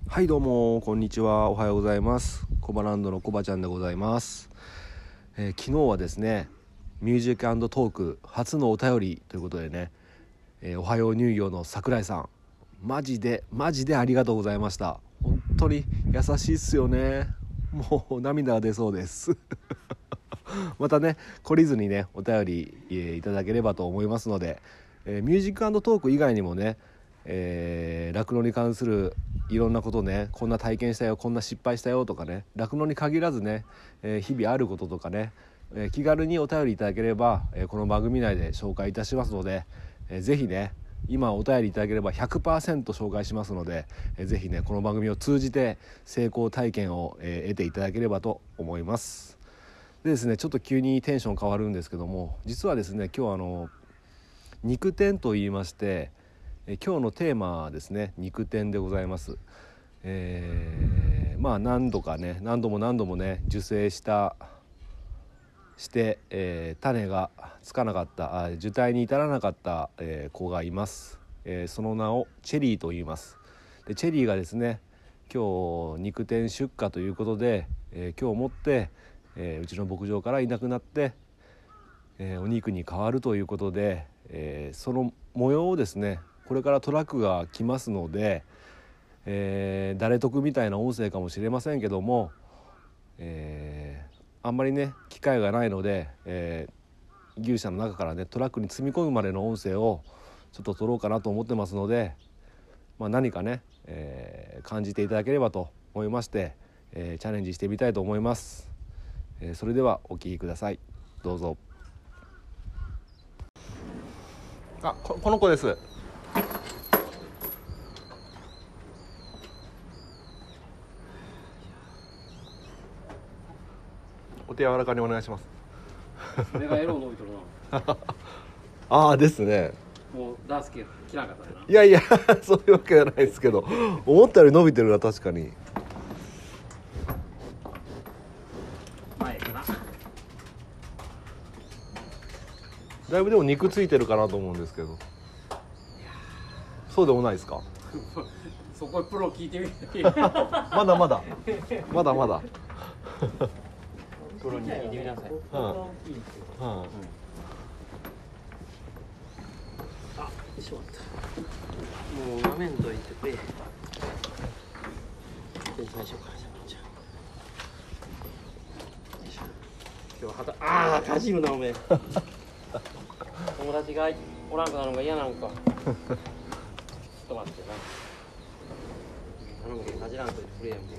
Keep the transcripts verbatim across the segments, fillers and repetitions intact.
はいどうもこんにちは、おはようございます。コバランドのコバちゃんでございます。えー、昨日はですねミュージック&トーク初のお便りということでね、えー、おはよう乳業の桜井さん、マジでマジでありがとうございました。本当に優しいっすよね。もう涙が出そうですまたね懲りずにねお便り、えー、いただければと思いますので、えー、ミュージック&トーク以外にもねえー、酪農に関するいろんなことね、こんな体験したよ、こんな失敗したよとかね、酪農に限らずね、えー、日々あることとかね、えー、気軽にお便りいただければ、えー、この番組内で紹介いたしますので、えー、ぜひね今お便りいただければ ひゃくパーセント 紹介しますので、えー、ぜひねこの番組を通じて成功体験を、えー、得ていただければと思います。でですね、ちょっと急にテンション変わるんですけども、実はですね今日あの肉天と言いまして、え今日のテーマはですね肉天でございます。えー、まあ何度かね何度も何度もね受精したして、えー、種がつかなかったあ受胎に至らなかった、えー、子がいます。えー、その名をチェリーと言います。でチェリーがですね今日肉天出荷ということで、えー、今日もって、えー、うちの牧場からいなくなって、えー、お肉に変わるということで、えー、その模様をですねこれからトラックが来ますので、えー、誰得みたいな音声かもしれませんけども、えー、あんまりね機会がないので、えー、牛舎の中からねトラックに積み込むまでの音声をちょっと撮ろうかなと思ってますので、まあ、何かね、えー、感じていただければと思いまして、えー、チャレンジしてみたいと思います。えー、それではお聞きください。どうぞ。あ、こ、この子です。お手柔らかにお願いします。 目がエロ伸びとるな。 ああですね。 もうダースケ切らなかったな。 いやいやそういうわけじゃないですけど、思ったより伸びてるな確かに。 前かな。 だいぶでも肉ついてるかなと思うんですけど。そうでもないですか。 そこプロ聞いてみて。 まだまだまだまだ。 プロに聞いてみなさい。 うん。うん。 あ、しまった。もう画面といてくれ。最初からじゃ今日はたああかじるなおめえ。友達がおらんくなるのが嫌なのか。ちょっと待ってな。頼むけどかじらんといてくれやんけ。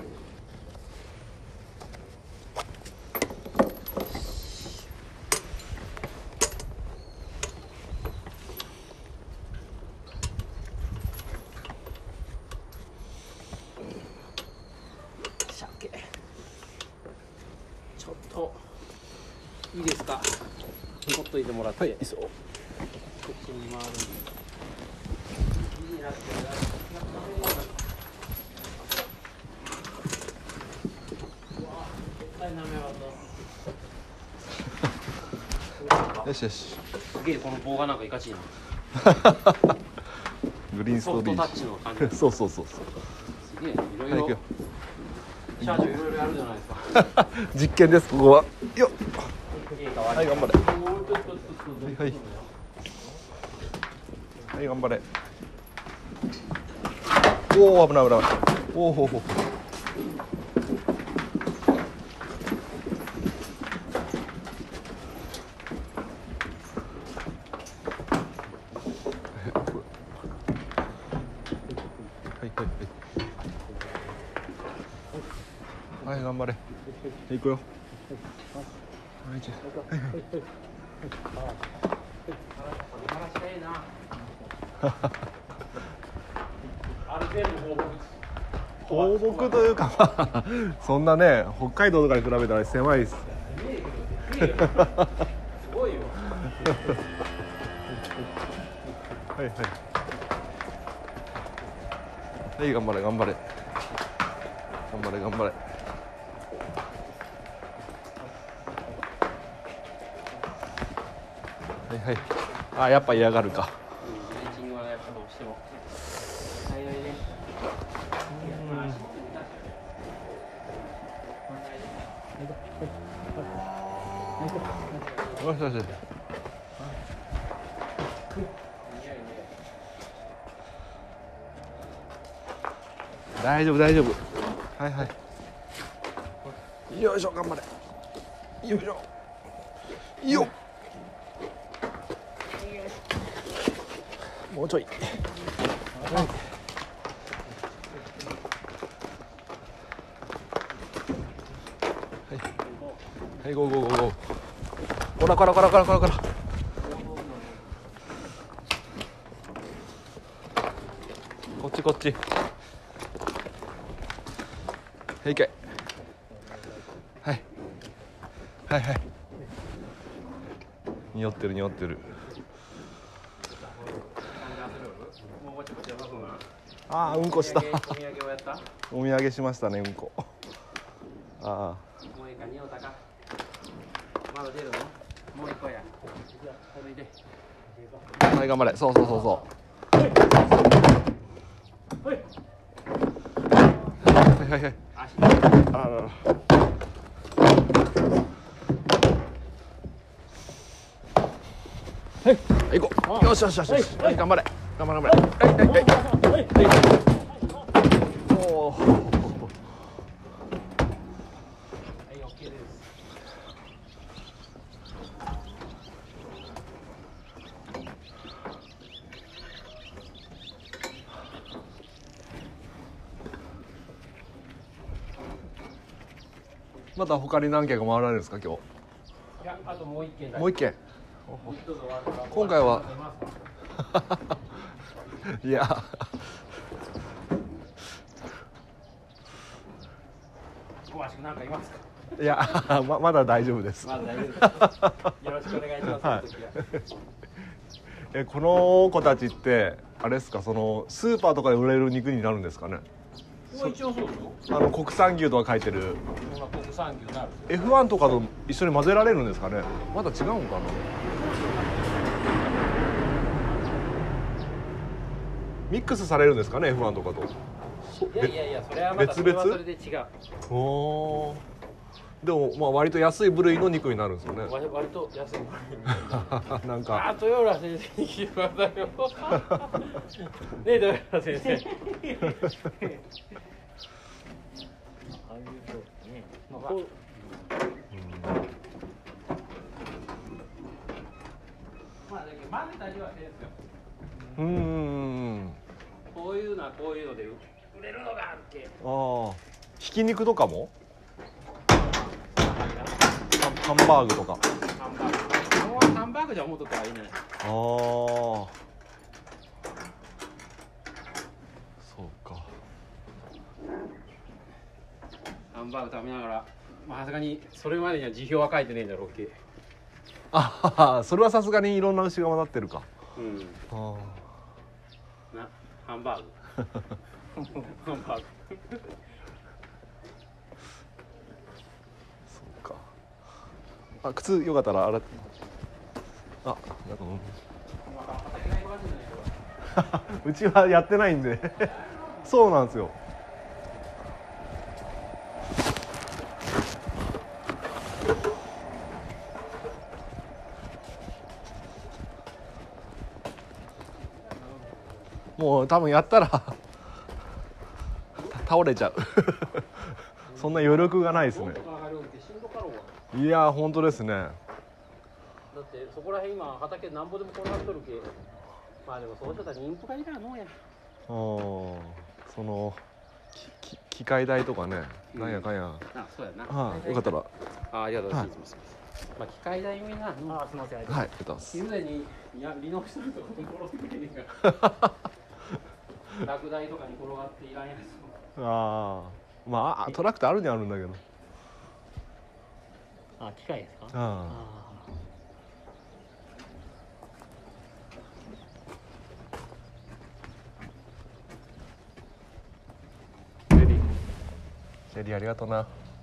ちょっといいですか。取っといてもらって。はい、いいそう。こっちに回る。いいなって。絶対なめよう。 よしよし。 すげえこの棒がなんかいかちいな。 グリーンストリーソフトタッチの感じ。 そうそうそうそう。 すげえいろいろ。社長いろいろやるじゃないですか。 実験ですここは。よっ。はい頑張れ。はいはい。はい頑張れ。おお危ない危ない。おおほほ。はい頑張れ。行くよ。はいはいはい。放牧というかまあそんなね北海道とかに比べたら狭いです。すごいよ。 はいはい。はい頑張れ頑張れ。頑張れ頑張れ。はいはい。あ、やっぱ嫌がるか。 うん、レーチングはやっぱどうしても。はいはいね。 よしよしよし。大丈夫大丈夫。はいはい。よいしょ、頑張れ。よいしょ。よっ。もうちょい。はい。はい、ゴーゴーゴーゴー。こらこらこらこらこらこら。こっちこっち。はい、け。はい。はいはい。匂ってる匂ってる。ああ、うんこした。お土産しましたね、うんこ。ああ。 もういいか、匂ったか。まだ出るの？もう一個や。これで。 はい、頑張れ。そうそうそうそう。 はい。 はいはいはい。あららら。はい、行こう。よしよしよしよし。はい、頑張れ。頑張れ頑張れ。はいはいはい。おお。 はい、オッケーです。 また他に何件か回られるんですか今日？ いや、あともう一件だけ。 もう一件。 どうぞ終わるから今回は。いや。 詳しく何か言いますか？ いや、ままだ大丈夫です。 まだ大丈夫です。よろしくお願いします。 はいその時はえ、この子たちってあれですか、そのスーパーとかで売れる肉になるんですかね？ まあ一応そうですよ。 あの国産牛とか書いてるそんな国産牛になる。 エフワン とかと一緒に混ぜられるんですかね？まだ違うんかな。ミックスされるんですかね エフワン とかと。 いやいやいや、それはまたそれはそれで違う。 おー。でもまあ割と安い部類の肉になるんですよね。 割割と安い。 なんかあ、豊浦先生に聞いてくださいよ。ねえ、豊浦先生。ああいうそうね。まあこう。まあだけど混ぜたりはせんですよ。 うーん。 こういうのはこういうので売れるのがあって。 ああ。ひき肉とかも？ハンバーグとか。 ハンバーグ。ハンバーグじゃ思うとかはいいね。 ああ。そうか。 ハンバーグ食べながら、まあさすがにそれまでには辞表は書いてねえんだろうけ。 ああ、それはさすがにいろんな牛が混ざってるか。 うん。 あな、ハンバーグ。ハンバーグ。 そうか。あ、靴よかったら洗っ。あ、なんかうちはやってないんでそうなんですよ。もう多分やったら倒れちゃうそんな余力がないですね。いや本当ですね。 だってそこら辺今畑なんぼでも転がっとるけ。まあでもそうしたら妊婦がいらんのや。 そのきき機械代とかね、うん、なんやかんや。 あ、そうやな。 はあ、よかったら。 あ、ありがとうございます。まあ機械代もいいな。あ、すみません。はい、ありがとうございます。すでにいや離農してるところに転がってくれねえから。落台とかに転がっていらんやつ。 ああ、まあトラクターあるにあるんだけど。 あ、機械ですか？ ああ。シェリーありがとうな。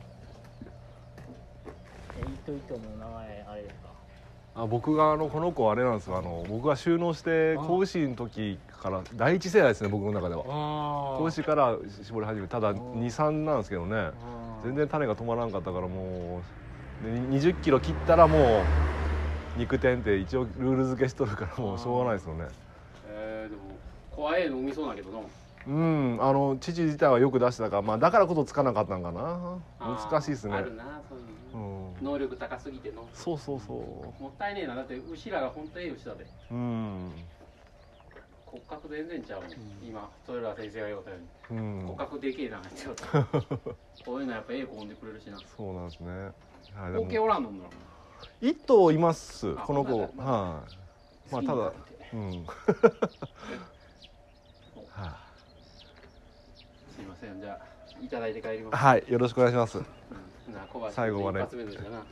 え、イトイトの名前あれですか？ あ、僕があのこの子あれなんですよ。あの僕が就農して子牛の時から第一世代ですね、僕の中では。子牛から絞り始め、ただに、さんなんですけどね。全然種が止まらんかったからもうにじゅっキロ切ったらもう肉店って一応ルール付けしとるからもうしょうがないですよね。 えー、でも怖いの飲みそうだけどな。 うん、あの父自体はよく出してたから、まあ、だからこそつかなかったんかな。難しいですね。 あるなそういう、うん、能力高すぎての。 そうそうそう。 もったいねえな。だって牛らが本当にいい牛だで。うん。骨格全然ちゃうもん、うん、今豊田先生が言うたように、うん、骨格でけえなって言うたこういうのやっぱええ子産んでくれるしな。 そうなんですね。 後継おらんのんだろう。一頭いますこの子。はい、まあただうん。 すいません、じゃあいただいて帰ります。 はい、よろしくお願いします。うん、 最後まで。 ち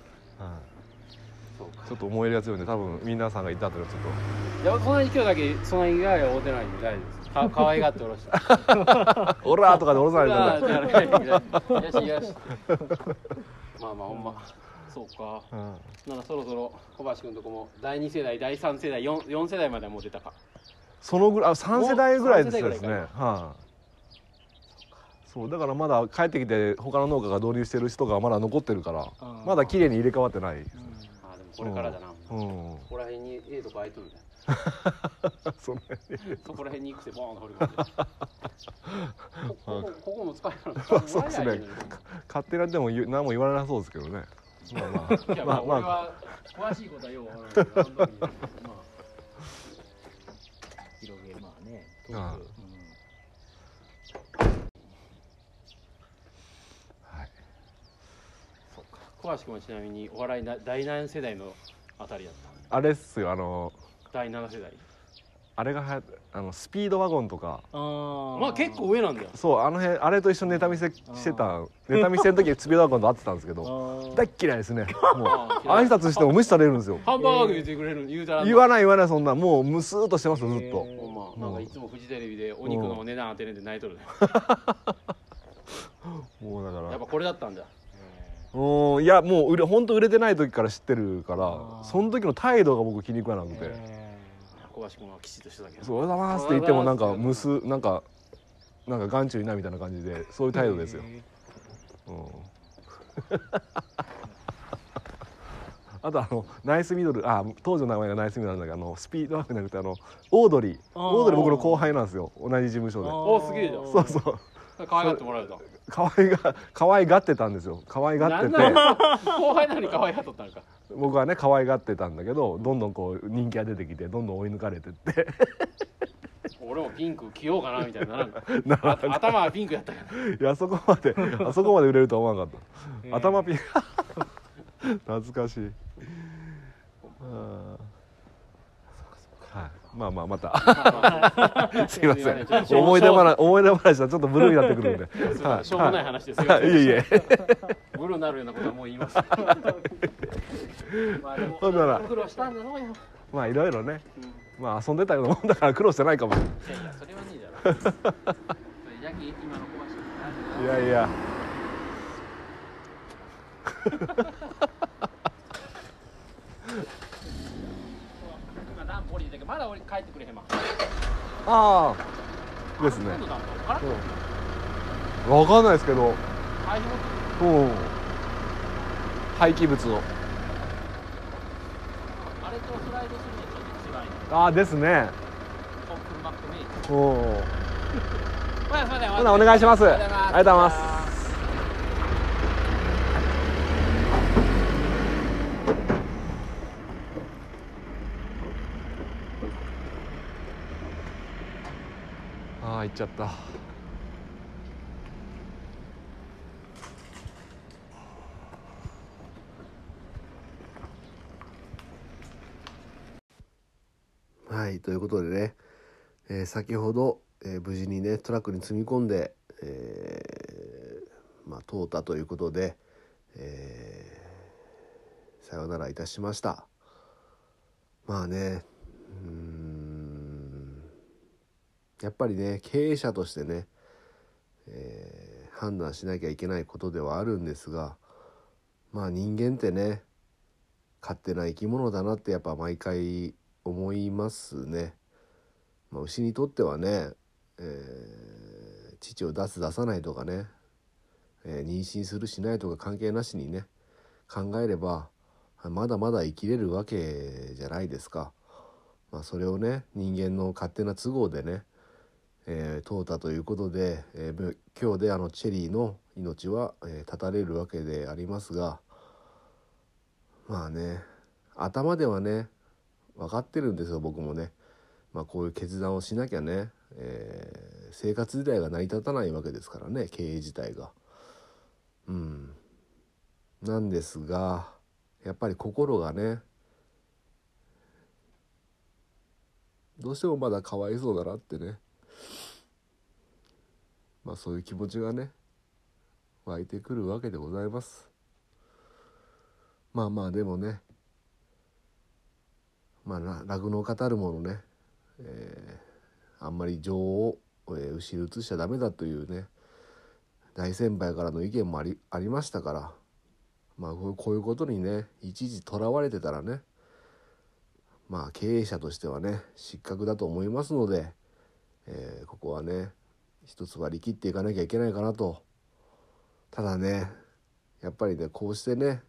ょっと思い入れが強いんで多分皆さんがいたとちょっと。 いや、そんなに今日だけそんなに以外は会うてないんで大丈夫です。か可愛がっておろして。 オラーとかでおろさないとね。 よしよし。まあまあほんま。そうか。うん、なんかそろそろ小橋君とこもだいに世代、だいさん世代、よん、よん世代まではもう出たか。 そのぐらい、あ、さん世代ぐらいですね。はい、あ。そうだからまだ帰ってきて他の農家が導入してる人がまだ残ってるから、まだ綺麗に入れ替わってない。うん、 あ、でもこれからだな。うん。ここら辺にええとこ空いとるんだよ。そ, そこら辺に行くてボーンと掘り込んで。こ, こ, こ, ここも使えるの。そうですね。 勝手にでも何も言われなそうですけどね。まあまあ。いやまあ俺は詳しいことはようわからないけど、まあ広げまあね。ああ、うん、はい。そうか。小橋君はちなみにお笑いなだい何世代のあたりだった。 あれっすよ、あのだいなな世代。 あれがはやあのスピードワゴンとか。 ああ、まあ結構上なんだよ。 そう、あの辺あれと一緒にネタ見せしてた。ネタ見せの時スピードワゴンと会ってたんですけど、大っ嫌いですね。もう挨拶しても無視されるんですよ。 ハンバーグ言ってくれる言うたら。 言わない言わない、そんなもうムスーっとしてますよずっと。 ほんま、なんかいつもフジテレビでお肉の値段当てれんで泣いとるね。もうだからやっぱこれだったんだ。 うん、いやもう売れ本当売れてない時から知ってるから、その時の態度が僕気に食わなくて。 小橋君はきちっとしてたけど。 そう、おはようございますって言ってもなんかむすなんかなんか眼中にないみたいな感じで、そういう態度ですよ。うん。あとあのナイスミドル、あ、当時の名前がナイスミドルなんだけど、あのスピードワークじゃなくてあのオードリー、オードリー僕の後輩なんですよ、同じ事務所で。 おお、すげえじゃん。 そうそう。 可愛がってもらえた。 可愛が可愛がってたんですよ。可愛がってて。 後輩なのに可愛がっとったのか。 僕はね可愛がってたんだけど、どんどんこう人気が出てきてどんどん追い抜かれてって。 俺もピンク着ようかなみたいななんか頭はピンクやったけど。 いや、あそこまであそこまで売れるとは思わなかった。頭ピンク。懐かしい。はい、まあまあまたすいません、思い出話思い出話はちょっとブルーになってくるんで、 はい、しょうもない話ですよ。 いえいえ、 ブルーになるようなことはもう言います。まあでも苦労したんだろうよ。まあいろいろね、まあ遊んでたようなもんだから苦労してないかも。いやいや、それはねえだろ。それじゃき今の小橋。 いやいや。 まだ俺帰ってくれへんわ。 ああですね。わかんないですけど。うん。廃棄物を。あれとスライドするのと違い。ああですね。おお。ほなお願いします。ありがとうございます。ああ、行っちゃった。はい、ということでね、えー、先ほど、えー、無事にねトラックに積み込んで、えー、まあ通ったということで、えー、さようならいたしました。まあね、うーん、やっぱりね経営者としてね、えー、判断しなきゃいけないことではあるんですが、まあ人間ってね勝手な生き物だなってやっぱ毎回思いますね。まあ、牛にとってはね、えー、乳を出す出さないとかね、えー、妊娠するしないとか関係なしにね考えれば、 まだまだ生きれるわけじゃないですか。まあ、それをね人間の勝手な都合でね、えー、淘汰ということで、えー、今日であのチェリーの命は、えー、絶たれるわけでありますが、まあね頭ではね分かってるんですよ僕もね。まあ、こういう決断をしなきゃね、えー、生活自体が成り立たないわけですからね、経営自体が。うんなんですがやっぱり心がねどうしてもまだかわいそうだなってね、まあそういう気持ちがね湧いてくるわけでございます。まあまあでもね、まあ酪農語るものね、えー、あんまり情を、えー、後ろ移しちゃダメだというね大先輩からの意見もあり、ありましたから、まあこういうことにね一時とらわれてたらね、まあ経営者としてはね失格だと思いますので、えー、ここはね一つ割り切っていかなきゃいけないかなと。ただねやっぱりねこうしてね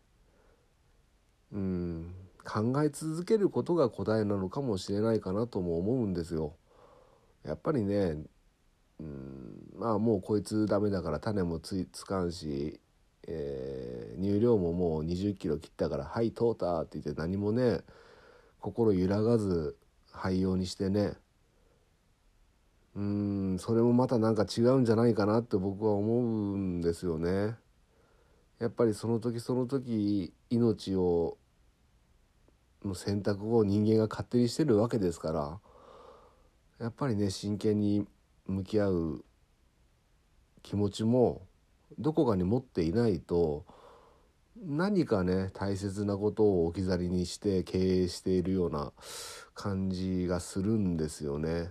うん考え続けることが答えなのかもしれないかなとも思うんですよ。やっぱりねうんまあもうこいつダメだから種もつつかんし、えー、乳量ももうにじゅっキロ切ったからはい通ったって言って何もね心揺らがず廃用にしてね、うーんそれもまたなんか違うんじゃないかなって僕は思うんですよね。やっぱりその時その時命をの選択を人間が勝手にしてるわけですから、やっぱりね真剣に向き合う気持ちもどこかに持っていないと何かね大切なことを置き去りにして経営しているような感じがするんですよね。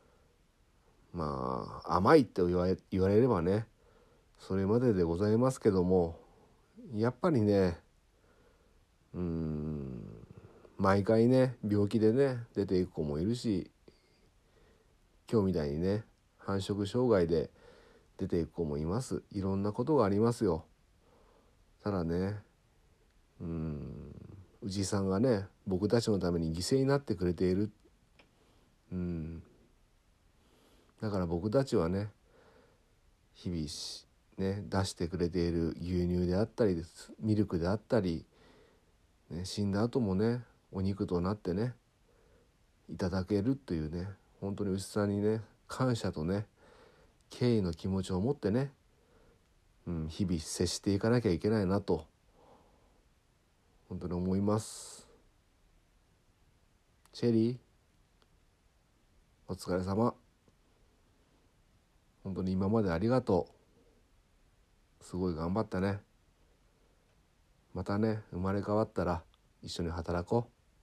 まあ甘いって言われ、言われればねそれまででございますけども、やっぱりねうーん毎回ね病気でね出ていく子もいるし、今日みたいにね繁殖障害で出ていく子もいます。いろんなことがありますよ。ただねうーん氏さんがね僕たちのために犠牲になってくれている。うんだから僕たちはね日々ね出してくれている牛乳であったりですミルクであったり、ね、死んだ後もねお肉となってねいただけるというね本当に牛さんにね感謝とね敬意の気持ちを持ってね、うん、日々接していかなきゃいけないなと本当に思います。チェリーお疲れ様。本当に今までありがとう。すごい頑張ったね。またね生まれ変わったら一緒に働こ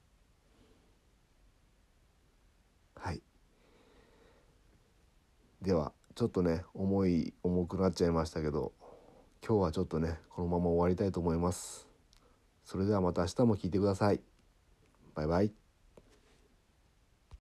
う。はい。ではちょっとね重い重くなっちゃいましたけど、今日はちょっとねこのまま終わりたいと思います。それではまた明日も聞いてください。バイバイ。